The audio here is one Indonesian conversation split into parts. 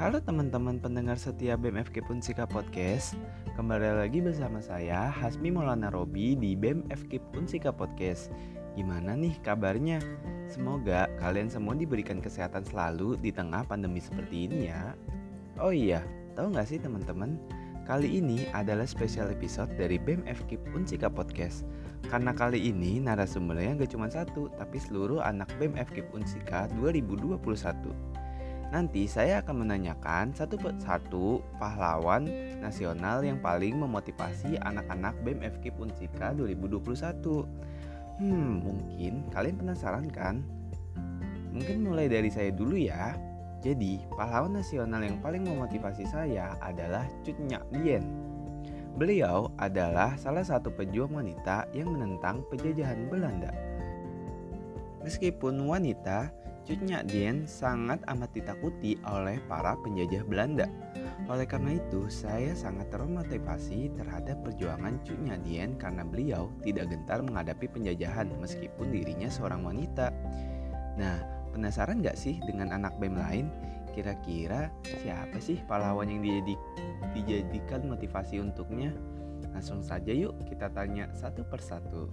Halo teman-teman pendengar setia BEM FKIP Unsika Podcast. Kembali lagi bersama saya Hasmi Maulana Robi di BEM FKIP Unsika Podcast. Gimana nih kabarnya? Semoga kalian semua diberikan kesehatan selalu di tengah pandemi seperti ini ya. Oh iya, tahu gak sih teman-teman? Kali ini adalah spesial episode dari BEM FKIP Unsika Podcast. Karena kali ini narasumbernya gak cuma satu, tapi seluruh anak BEM FKIP Unsika 2021. Nanti saya akan menanyakan satu persatu pahlawan nasional yang paling memotivasi anak-anak BEM FKIP Unsika 2021. Mungkin kalian penasaran kan? Mungkin mulai dari saya dulu ya. Jadi, pahlawan nasional yang paling memotivasi saya adalah Cut Nyak Dien. Beliau adalah salah satu pejuang wanita yang menentang penjajahan Belanda. Meskipun wanita, Cut Nyak Dien sangat amat ditakuti oleh para penjajah Belanda. Oleh karena itu, saya sangat termotivasi terhadap perjuangan Cut Nyak Dien karena beliau tidak gentar menghadapi penjajahan meskipun dirinya seorang wanita. Nah, penasaran gak sih dengan anak BEM lain? Kira-kira siapa sih pahlawan yang dijadikan motivasi untuknya? Langsung saja yuk kita tanya satu persatu.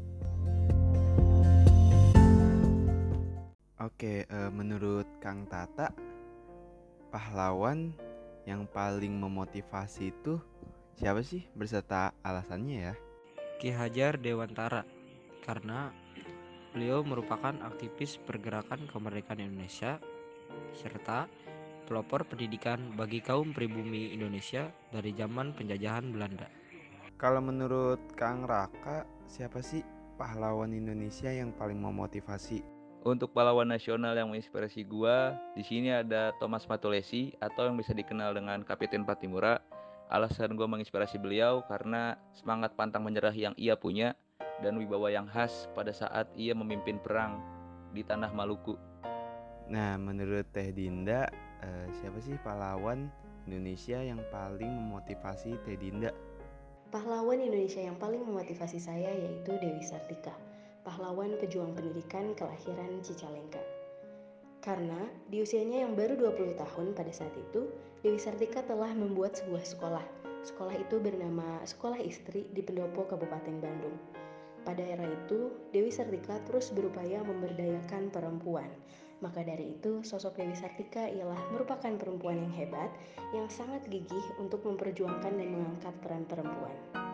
Oke, menurut Kang Tata, pahlawan yang paling memotivasi itu siapa sih berserta alasannya ya? Ki Hajar Dewantara, karena beliau merupakan aktivis pergerakan kemerdekaan Indonesia serta pelopor pendidikan bagi kaum pribumi Indonesia dari zaman penjajahan Belanda. Kalau menurut Kang Raka, siapa sih pahlawan Indonesia yang paling memotivasi? Untuk pahlawan nasional yang menginspirasi gua, di sini ada Thomas Matulesi atau yang bisa dikenal dengan Kapiten Patimura. Alasan gua menginspirasi beliau karena semangat pantang menyerah yang ia punya dan wibawa yang khas pada saat ia memimpin perang di tanah Maluku. Nah, menurut Teh Dinda, siapa sih pahlawan Indonesia yang paling memotivasi Teh Dinda? Pahlawan Indonesia yang paling memotivasi saya yaitu Dewi Sartika, pahlawan pejuang pendidikan kelahiran Cicalengka. Karena di usianya yang baru 20 tahun pada saat itu, Dewi Sartika telah membuat sebuah sekolah. Sekolah itu bernama Sekolah Istri di Pendopo, Kabupaten Bandung. Pada era itu, Dewi Sartika terus berupaya memberdayakan perempuan. Maka dari itu, sosok Dewi Sartika ialah merupakan perempuan yang hebat, yang sangat gigih untuk memperjuangkan dan mengangkat peran perempuan.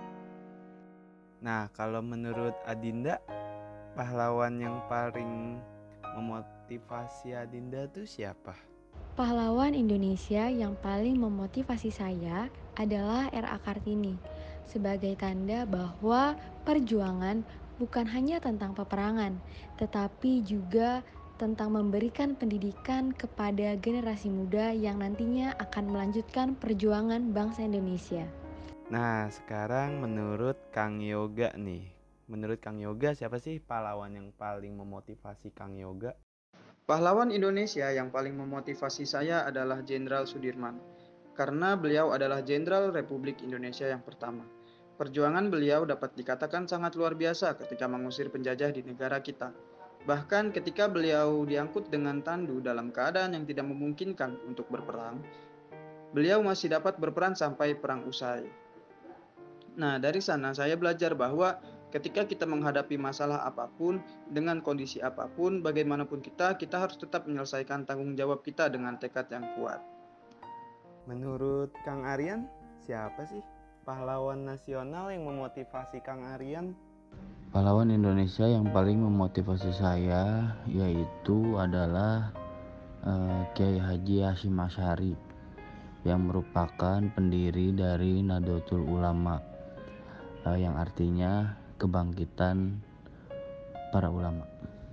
Nah, kalau menurut Adinda, pahlawan yang paling memotivasi Adinda tuh siapa? Pahlawan Indonesia yang paling memotivasi saya adalah R.A. Kartini, sebagai tanda bahwa perjuangan bukan hanya tentang peperangan, tetapi juga tentang memberikan pendidikan kepada generasi muda yang nantinya akan melanjutkan perjuangan bangsa Indonesia. Nah, sekarang menurut Kang Yoga nih. Menurut Kang Yoga, siapa sih pahlawan yang paling memotivasi Kang Yoga? Pahlawan Indonesia yang paling memotivasi saya adalah Jenderal Sudirman, karena beliau adalah Jenderal Republik Indonesia yang pertama. Perjuangan beliau dapat dikatakan sangat luar biasa ketika mengusir penjajah di negara kita. Bahkan ketika beliau diangkut dengan tandu dalam keadaan yang tidak memungkinkan untuk berperang, beliau masih dapat berperan sampai perang usai. Nah, dari sana saya belajar bahwa ketika kita menghadapi masalah apapun, dengan kondisi apapun, bagaimanapun kita harus tetap menyelesaikan tanggung jawab kita dengan tekad yang kuat. Menurut Kang Aryan, siapa sih pahlawan nasional yang memotivasi Kang Aryan? Pahlawan Indonesia yang paling memotivasi saya yaitu adalah Kiai Haji Hasyim Asy'ari yang merupakan pendiri dari Nahdlatul Ulama, yang artinya kebangkitan para ulama.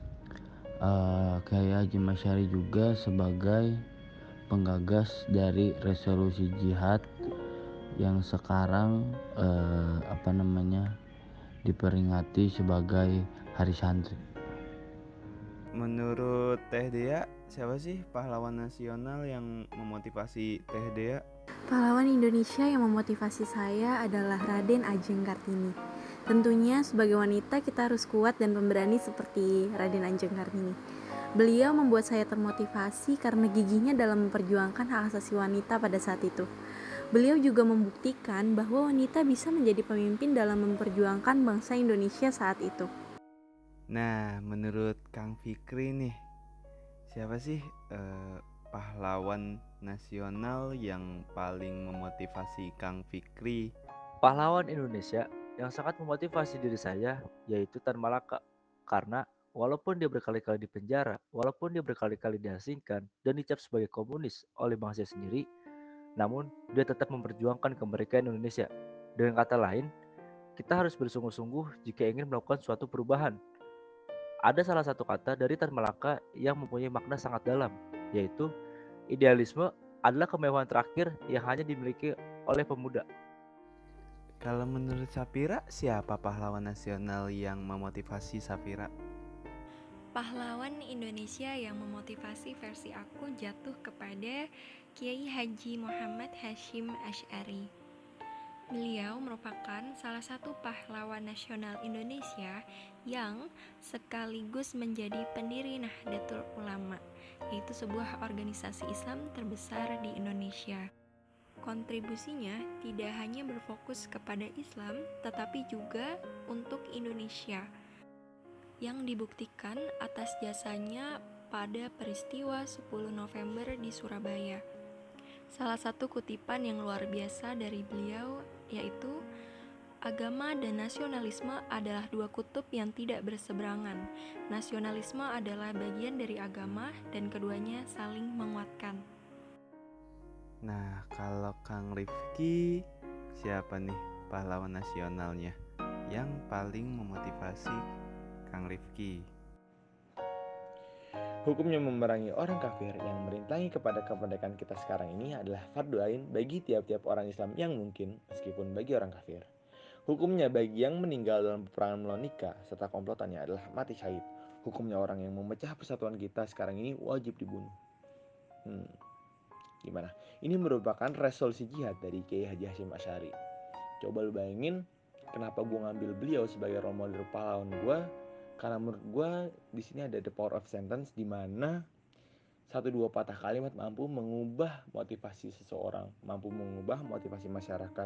Kiai Hasyim Asy'ari juga sebagai penggagas dari resolusi jihad yang sekarang diperingati sebagai Hari Santri. Menurut Teh Dea, siapa sih pahlawan nasional yang memotivasi Teh Dea? Pahlawan Indonesia yang memotivasi saya adalah Raden Ajeng Kartini. Tentunya sebagai wanita kita harus kuat dan pemberani seperti Raden Ajeng Kartini. Beliau membuat saya termotivasi karena gigihnya dalam memperjuangkan hak asasi wanita pada saat itu. Beliau juga membuktikan bahwa wanita bisa menjadi pemimpin dalam memperjuangkan bangsa Indonesia saat itu. Nah, menurut Kang Fikri nih, siapa sih pahlawan nasional yang paling memotivasi Kang Fikri? Pahlawan Indonesia yang sangat memotivasi diri saya yaitu Tan Malaka. Karena walaupun dia berkali-kali dipenjara, walaupun dia berkali-kali diasingkan dan dicap sebagai komunis oleh bangsa sendiri, namun dia tetap memperjuangkan kemerdekaan Indonesia. Dengan kata lain, kita harus bersungguh-sungguh jika ingin melakukan suatu perubahan. Ada salah satu kata dari Tan Malaka yang mempunyai makna sangat dalam, yaitu idealisme adalah kemewahan terakhir yang hanya dimiliki oleh pemuda. Kalau menurut Safira, siapa pahlawan nasional yang memotivasi Safira? Pahlawan Indonesia yang memotivasi versi aku jatuh kepada Kiai Haji Muhammad Hashim Asy'ari. Beliau merupakan salah satu pahlawan nasional Indonesia yang sekaligus menjadi pendiri Nahdlatul Ulama, yaitu sebuah organisasi Islam terbesar di Indonesia. Kontribusinya tidak hanya berfokus kepada Islam, tetapi juga untuk Indonesia, yang dibuktikan atas jasanya pada peristiwa 10 November di Surabaya. Salah satu kutipan yang luar biasa dari beliau yaitu, agama dan nasionalisme adalah dua kutub yang tidak berseberangan. Nasionalisme adalah bagian dari agama dan keduanya saling menguatkan. Nah, kalau Kang Rifki, siapa nih pahlawan nasionalnya yang paling memotivasi Kang Rifki? Hukumnya memerangi orang kafir yang merintangi kepada kemerdekaan kita sekarang ini adalah fardu ain bagi tiap-tiap orang Islam yang mungkin, meskipun bagi orang kafir. Hukumnya bagi yang meninggal dalam peperangan melawan nikah serta komplotannya adalah mati syahid. Hukumnya orang yang memecah persatuan kita sekarang ini wajib dibunuh. Gimana? Ini merupakan resolusi jihad dari Kiai Haji Hashim Asy'ari. Coba lu bayangin kenapa gue ngambil beliau sebagai role model pahlawan gue. Karena menurut gue di sini ada the power of sentence, di mana 1-2 patah kalimat mampu mengubah motivasi seseorang, mampu mengubah motivasi masyarakat.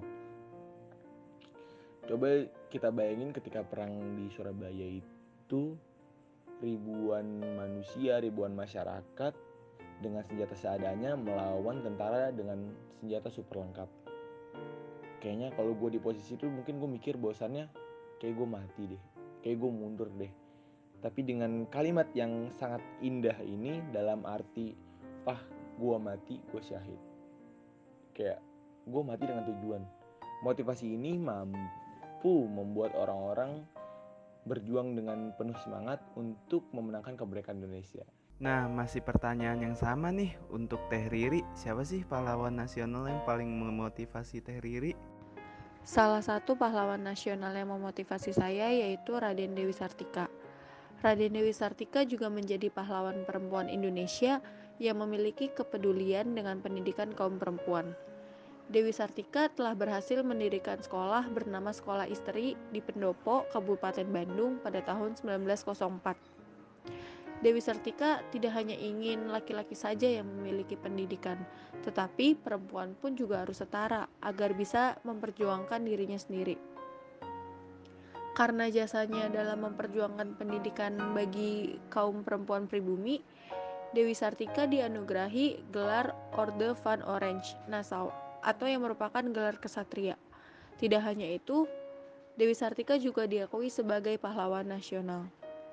Coba kita bayangin ketika perang di Surabaya itu, ribuan manusia, ribuan masyarakat dengan senjata seadanya melawan tentara dengan senjata super lengkap. Kayaknya kalau gue di posisi itu mungkin gue mikir bahwasannya kayak gue mati deh, kayak gue mundur deh. Tapi dengan kalimat yang sangat indah ini dalam arti, gue mati, gue syahid. Kayak gue mati dengan tujuan. Motivasi ini mampu membuat orang-orang berjuang dengan penuh semangat untuk memenangkan kemerdekaan Indonesia. Nah, masih pertanyaan yang sama nih untuk Teh Riri. Siapa sih pahlawan nasional yang paling memotivasi Teh Riri? Salah satu pahlawan nasional yang memotivasi saya yaitu Raden Dewi Sartika. Raden Dewi Sartika juga menjadi pahlawan perempuan Indonesia yang memiliki kepedulian dengan pendidikan kaum perempuan. Dewi Sartika telah berhasil mendirikan sekolah bernama Sekolah Istri di Pendopo, Kabupaten Bandung pada tahun 1904. Dewi Sartika tidak hanya ingin laki-laki saja yang memiliki pendidikan, tetapi perempuan pun juga harus setara agar bisa memperjuangkan dirinya sendiri. Karena jasanya dalam memperjuangkan pendidikan bagi kaum perempuan pribumi, Dewi Sartika dianugerahi gelar Orde van Orange Nassau atau yang merupakan gelar kesatria. Tidak hanya itu, Dewi Sartika juga diakui sebagai pahlawan nasional.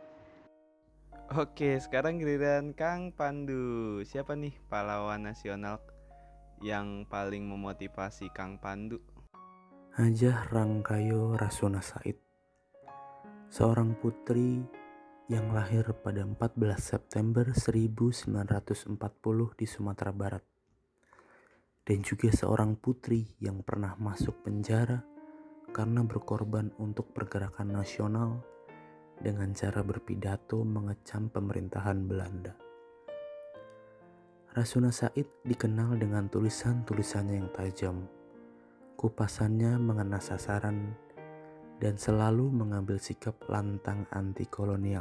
Oke, sekarang giliran Kang Pandu. Siapa nih pahlawan nasional yang paling memotivasi Kang Pandu? Hajah Rangkayo Rasuna Said, seorang putri yang lahir pada 14 September 1940 di Sumatera Barat, dan juga seorang putri yang pernah masuk penjara karena berkorban untuk pergerakan nasional dengan cara berpidato mengecam pemerintahan Belanda. Rasuna Said dikenal dengan tulisan-tulisannya yang tajam, kupasannya mengena sasaran, dan selalu mengambil sikap lantang anti kolonial.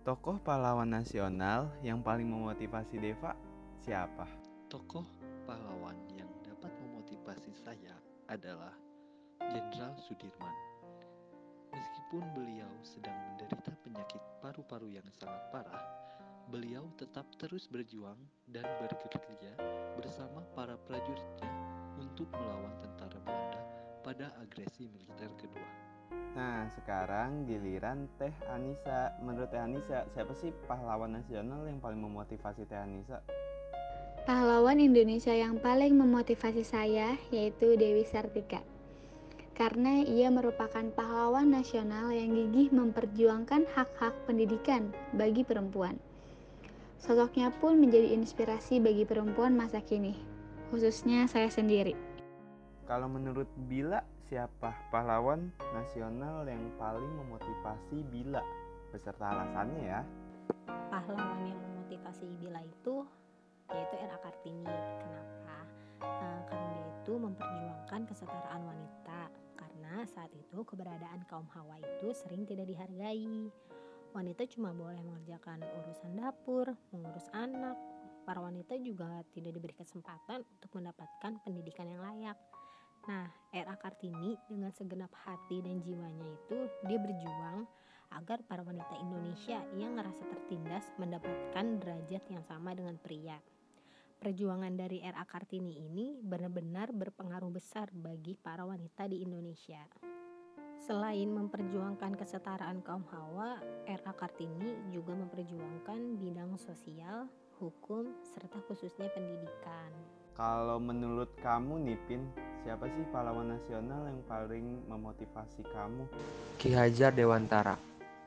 Tokoh pahlawan nasional yang paling memotivasi Deva siapa? Tokoh pahlawan yang dapat memotivasi saya adalah Jenderal Sudirman. Meskipun beliau sedang menderita penyakit paru-paru yang sangat parah, beliau tetap terus berjuang dan bekerja bersama para prajuritnya untuk melawan tentara Belanda pada agresi militer kedua. Nah, sekarang giliran Teh Anissa. Menurut Teh Anissa, siapa sih pahlawan nasional yang paling memotivasi Teh Anissa? Pahlawan Indonesia yang paling memotivasi saya yaitu Dewi Sartika. Karena ia merupakan pahlawan nasional yang gigih memperjuangkan hak-hak pendidikan bagi perempuan. Sosoknya pun menjadi inspirasi bagi perempuan masa kini, khususnya saya sendiri. Kalau menurut Bila, siapa pahlawan nasional yang paling memotivasi Bila? Beserta alasannya ya. Pahlawan yang memotivasi Bila itu yaitu R.A. Kartini. Kenapa? Karena dia itu memperjuangkan kesetaraan wanita. Karena saat itu keberadaan kaum hawa itu sering tidak dihargai. Wanita cuma boleh mengerjakan urusan dapur, mengurus anak. Para wanita juga tidak diberi kesempatan untuk mendapatkan pendidikan yang layak. Nah, R.A. Kartini dengan segenap hati dan jiwanya itu dia berjuang agar para wanita Indonesia yang ngerasa tertindas mendapatkan derajat yang sama dengan pria. Perjuangan dari R.A. Kartini ini benar-benar berpengaruh besar bagi para wanita di Indonesia. Selain memperjuangkan kesetaraan kaum hawa, R.A. Kartini juga memperjuangkan bidang sosial, hukum, serta khususnya pendidikan. Kalau menurut kamu nih Pin, siapa sih pahlawan nasional yang paling memotivasi kamu? Ki Hajar Dewantara.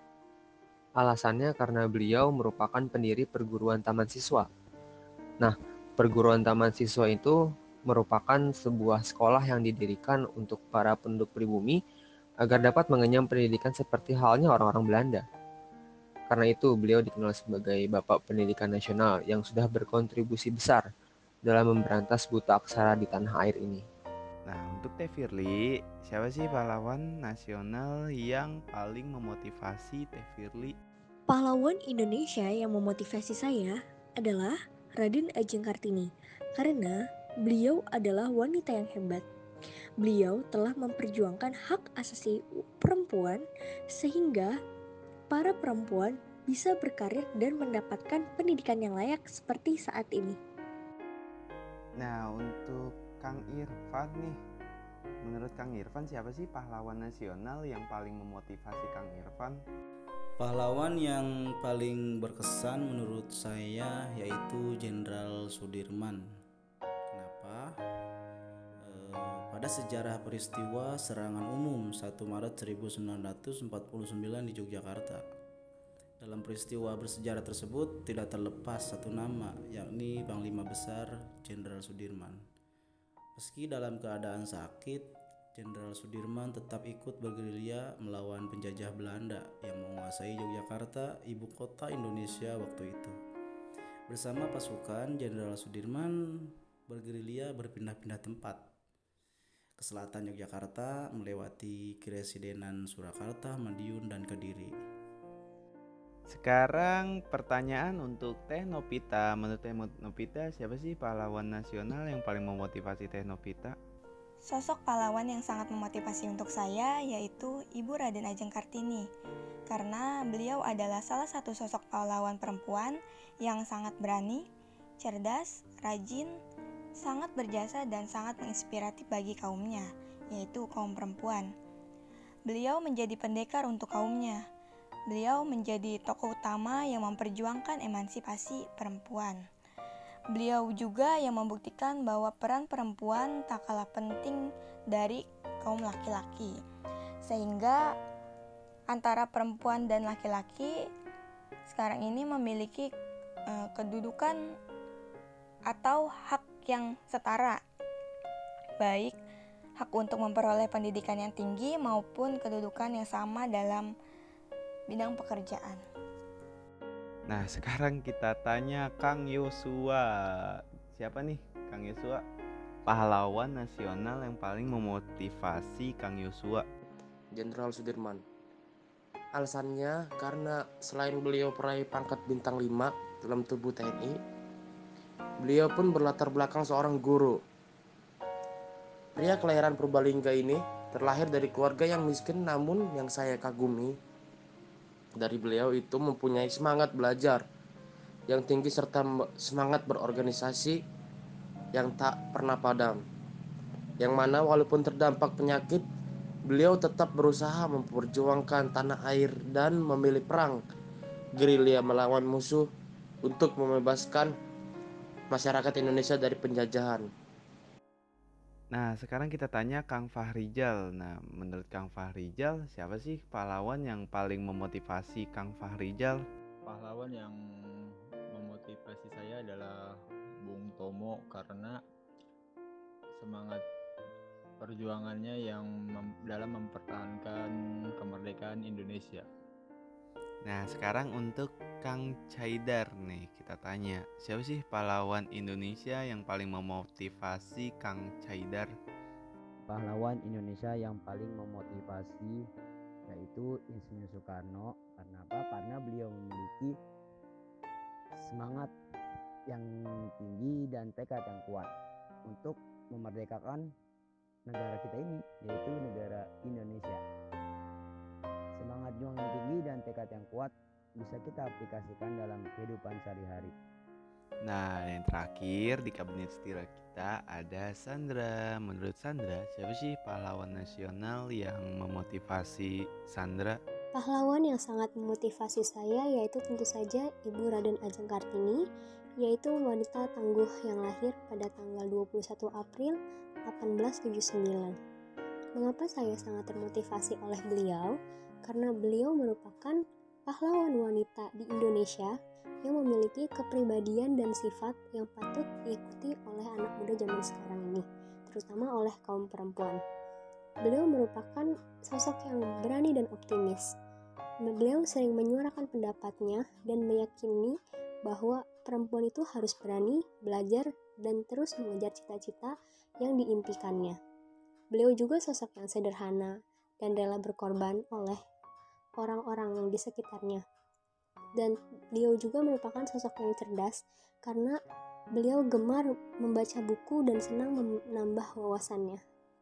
Alasannya karena beliau merupakan pendiri perguruan taman siswa. Nah, perguruan taman siswa itu merupakan sebuah sekolah yang didirikan untuk para penduduk pribumi agar dapat mengenyam pendidikan seperti halnya orang-orang Belanda. Karena itu, beliau dikenal sebagai Bapak Pendidikan Nasional yang sudah berkontribusi besar dalam memberantas buta aksara di tanah air ini. Nah, untuk Teh Firly, siapa sih pahlawan nasional yang paling memotivasi Teh Firly? Pahlawan Indonesia yang memotivasi saya adalah Raden Ajeng Kartini, karena beliau adalah wanita yang hebat. Beliau telah memperjuangkan hak asasi perempuan sehingga para perempuan bisa berkarir dan mendapatkan pendidikan yang layak seperti saat ini. Nah, untuk Kang Irfan nih, menurut Kang Irfan siapa sih pahlawan nasional yang paling memotivasi Kang Irfan? Pahlawan yang paling berkesan menurut saya yaitu Jenderal Sudirman. Kenapa? Pada sejarah peristiwa serangan umum 1 Maret 1949 di Yogyakarta. Dalam peristiwa bersejarah tersebut tidak terlepas satu nama, yakni Panglima Besar Jenderal Sudirman. Meski dalam keadaan sakit, Jenderal Sudirman tetap ikut bergerilya melawan penjajah Belanda yang menguasai Yogyakarta, ibu kota Indonesia waktu itu. Bersama pasukan, Jenderal Sudirman bergerilya berpindah-pindah tempat ke selatan Yogyakarta melewati Keresidenan Surakarta, Madiun, dan Kediri. Sekarang pertanyaan untuk Teh Novita. Menurut Teh Novita, siapa sih pahlawan nasional yang paling memotivasi Teh Novita? Sosok pahlawan yang sangat memotivasi untuk saya yaitu Ibu Raden Ajeng Kartini, karena beliau adalah salah satu sosok pahlawan perempuan yang sangat berani, cerdas, rajin, sangat berjasa dan sangat menginspiratif bagi kaumnya, yaitu kaum perempuan. Beliau menjadi pendekar untuk kaumnya. Beliau menjadi tokoh utama yang memperjuangkan emansipasi perempuan. Beliau juga yang membuktikan bahwa peran perempuan tak kalah penting dari kaum laki-laki. Sehingga antara perempuan dan laki-laki sekarang ini memiliki kedudukan atau hak yang setara. Baik hak untuk memperoleh pendidikan yang tinggi maupun kedudukan yang sama dalam bidang pekerjaan. Nah, sekarang kita tanya Kang Yosua. Siapa nih Kang Yosua? Pahlawan nasional yang paling memotivasi Kang Yosua. Jenderal Sudirman. Alasannya karena selain beliau peraih pangkat bintang 5 dalam tubuh TNI, beliau pun berlatar belakang seorang guru. Pria kelahiran Purbalingga ini terlahir dari keluarga yang miskin, namun yang saya kagumi dari beliau itu mempunyai semangat belajar yang tinggi serta semangat berorganisasi yang tak pernah padam. Yang mana walaupun terdampak penyakit, beliau tetap berusaha memperjuangkan tanah air dan memilih perang gerilya melawan musuh untuk membebaskan masyarakat Indonesia dari penjajahan. Nah, sekarang kita tanya Kang Fahrijal. Nah, menurut Kang Fahrijal, siapa sih pahlawan yang paling memotivasi Kang Fahrijal? Pahlawan yang memotivasi saya adalah Bung Tomo karena semangat perjuangannya yang dalam mempertahankan kemerdekaan Indonesia. Nah, sekarang untuk Kang Caidar nih, kita tanya, siapa sih pahlawan Indonesia yang paling memotivasi Kang Caidar? Pahlawan Indonesia yang paling memotivasi yaitu Insinyur Soekarno. Karena apa? Karena beliau memiliki semangat yang tinggi dan tekad yang kuat untuk memerdekakan negara kita ini, yaitu negara Indonesia. Semangat juang yang tinggi dan tekad yang kuat bisa kita aplikasikan dalam kehidupan sehari-hari. Nah, yang terakhir di kabinet setira kita ada Sandra. Menurut Sandra, siapa sih pahlawan nasional yang memotivasi Sandra? Pahlawan yang sangat memotivasi saya yaitu tentu saja Ibu Raden Ajeng Kartini, yaitu wanita tangguh yang lahir pada tanggal 21 April 1879. Mengapa saya sangat termotivasi oleh beliau? Karena beliau merupakan pahlawan wanita di Indonesia yang memiliki kepribadian dan sifat yang patut diikuti oleh anak muda zaman sekarang ini, terutama oleh kaum perempuan. Beliau merupakan sosok yang berani dan optimis. Beliau sering menyuarakan pendapatnya dan meyakini bahwa perempuan itu harus berani, belajar, dan terus mengejar cita-cita yang diimpikannya. Beliau juga sosok yang sederhana dan rela berkorban oleh orang-orang di sekitarnya. Dan beliau juga merupakan sosok yang cerdas karena beliau gemar membaca buku dan senang menambah wawasannya.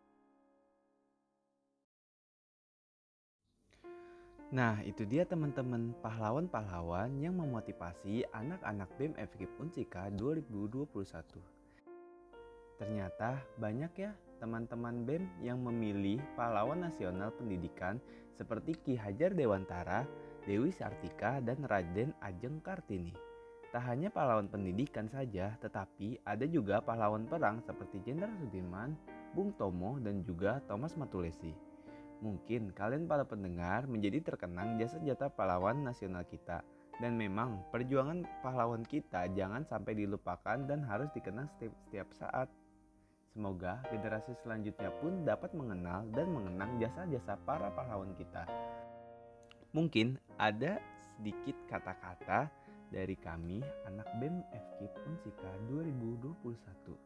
Nah, itu dia teman-teman pahlawan-pahlawan yang memotivasi anak-anak BEM FKIP Unsika 2021. Ternyata banyak ya teman-teman BEM yang memilih pahlawan nasional pendidikan seperti Ki Hajar Dewantara, Dewi Sartika, dan Raden Ajeng Kartini. Tak hanya pahlawan pendidikan saja, tetapi ada juga pahlawan perang seperti Jenderal Sudirman, Bung Tomo, dan juga Thomas Matulesi. Mungkin kalian para pendengar menjadi terkenang jasa-jasa pahlawan nasional kita. Dan memang perjuangan pahlawan kita jangan sampai dilupakan dan harus dikenang setiap saat. Semoga generasi selanjutnya pun dapat mengenal dan mengenang jasa-jasa para pahlawan kita. Mungkin ada sedikit kata-kata dari kami anak BEM FKIP Unsika 2021.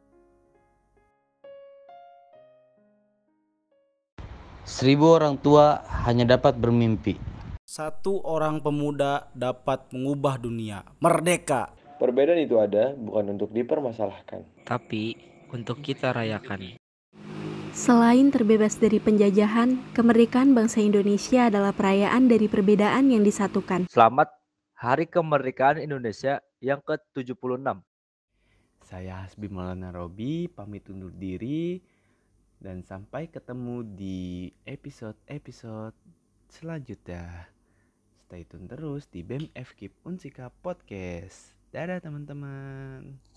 1000 orang tua hanya dapat bermimpi. 1 orang pemuda dapat mengubah dunia. Merdeka! Perbedaan itu ada bukan untuk dipermasalahkan, tapi untuk kita rayakan. Selain terbebas dari penjajahan, kemerdekaan bangsa Indonesia adalah perayaan dari perbedaan yang disatukan. Selamat Hari Kemerdekaan Indonesia yang ke-76. Saya Hasbi Maulana Robi, pamit undur diri. Dan sampai ketemu di episode-episode selanjutnya. Stay tune terus di BEM FKIP Unsika Podcast. Dadah teman-teman.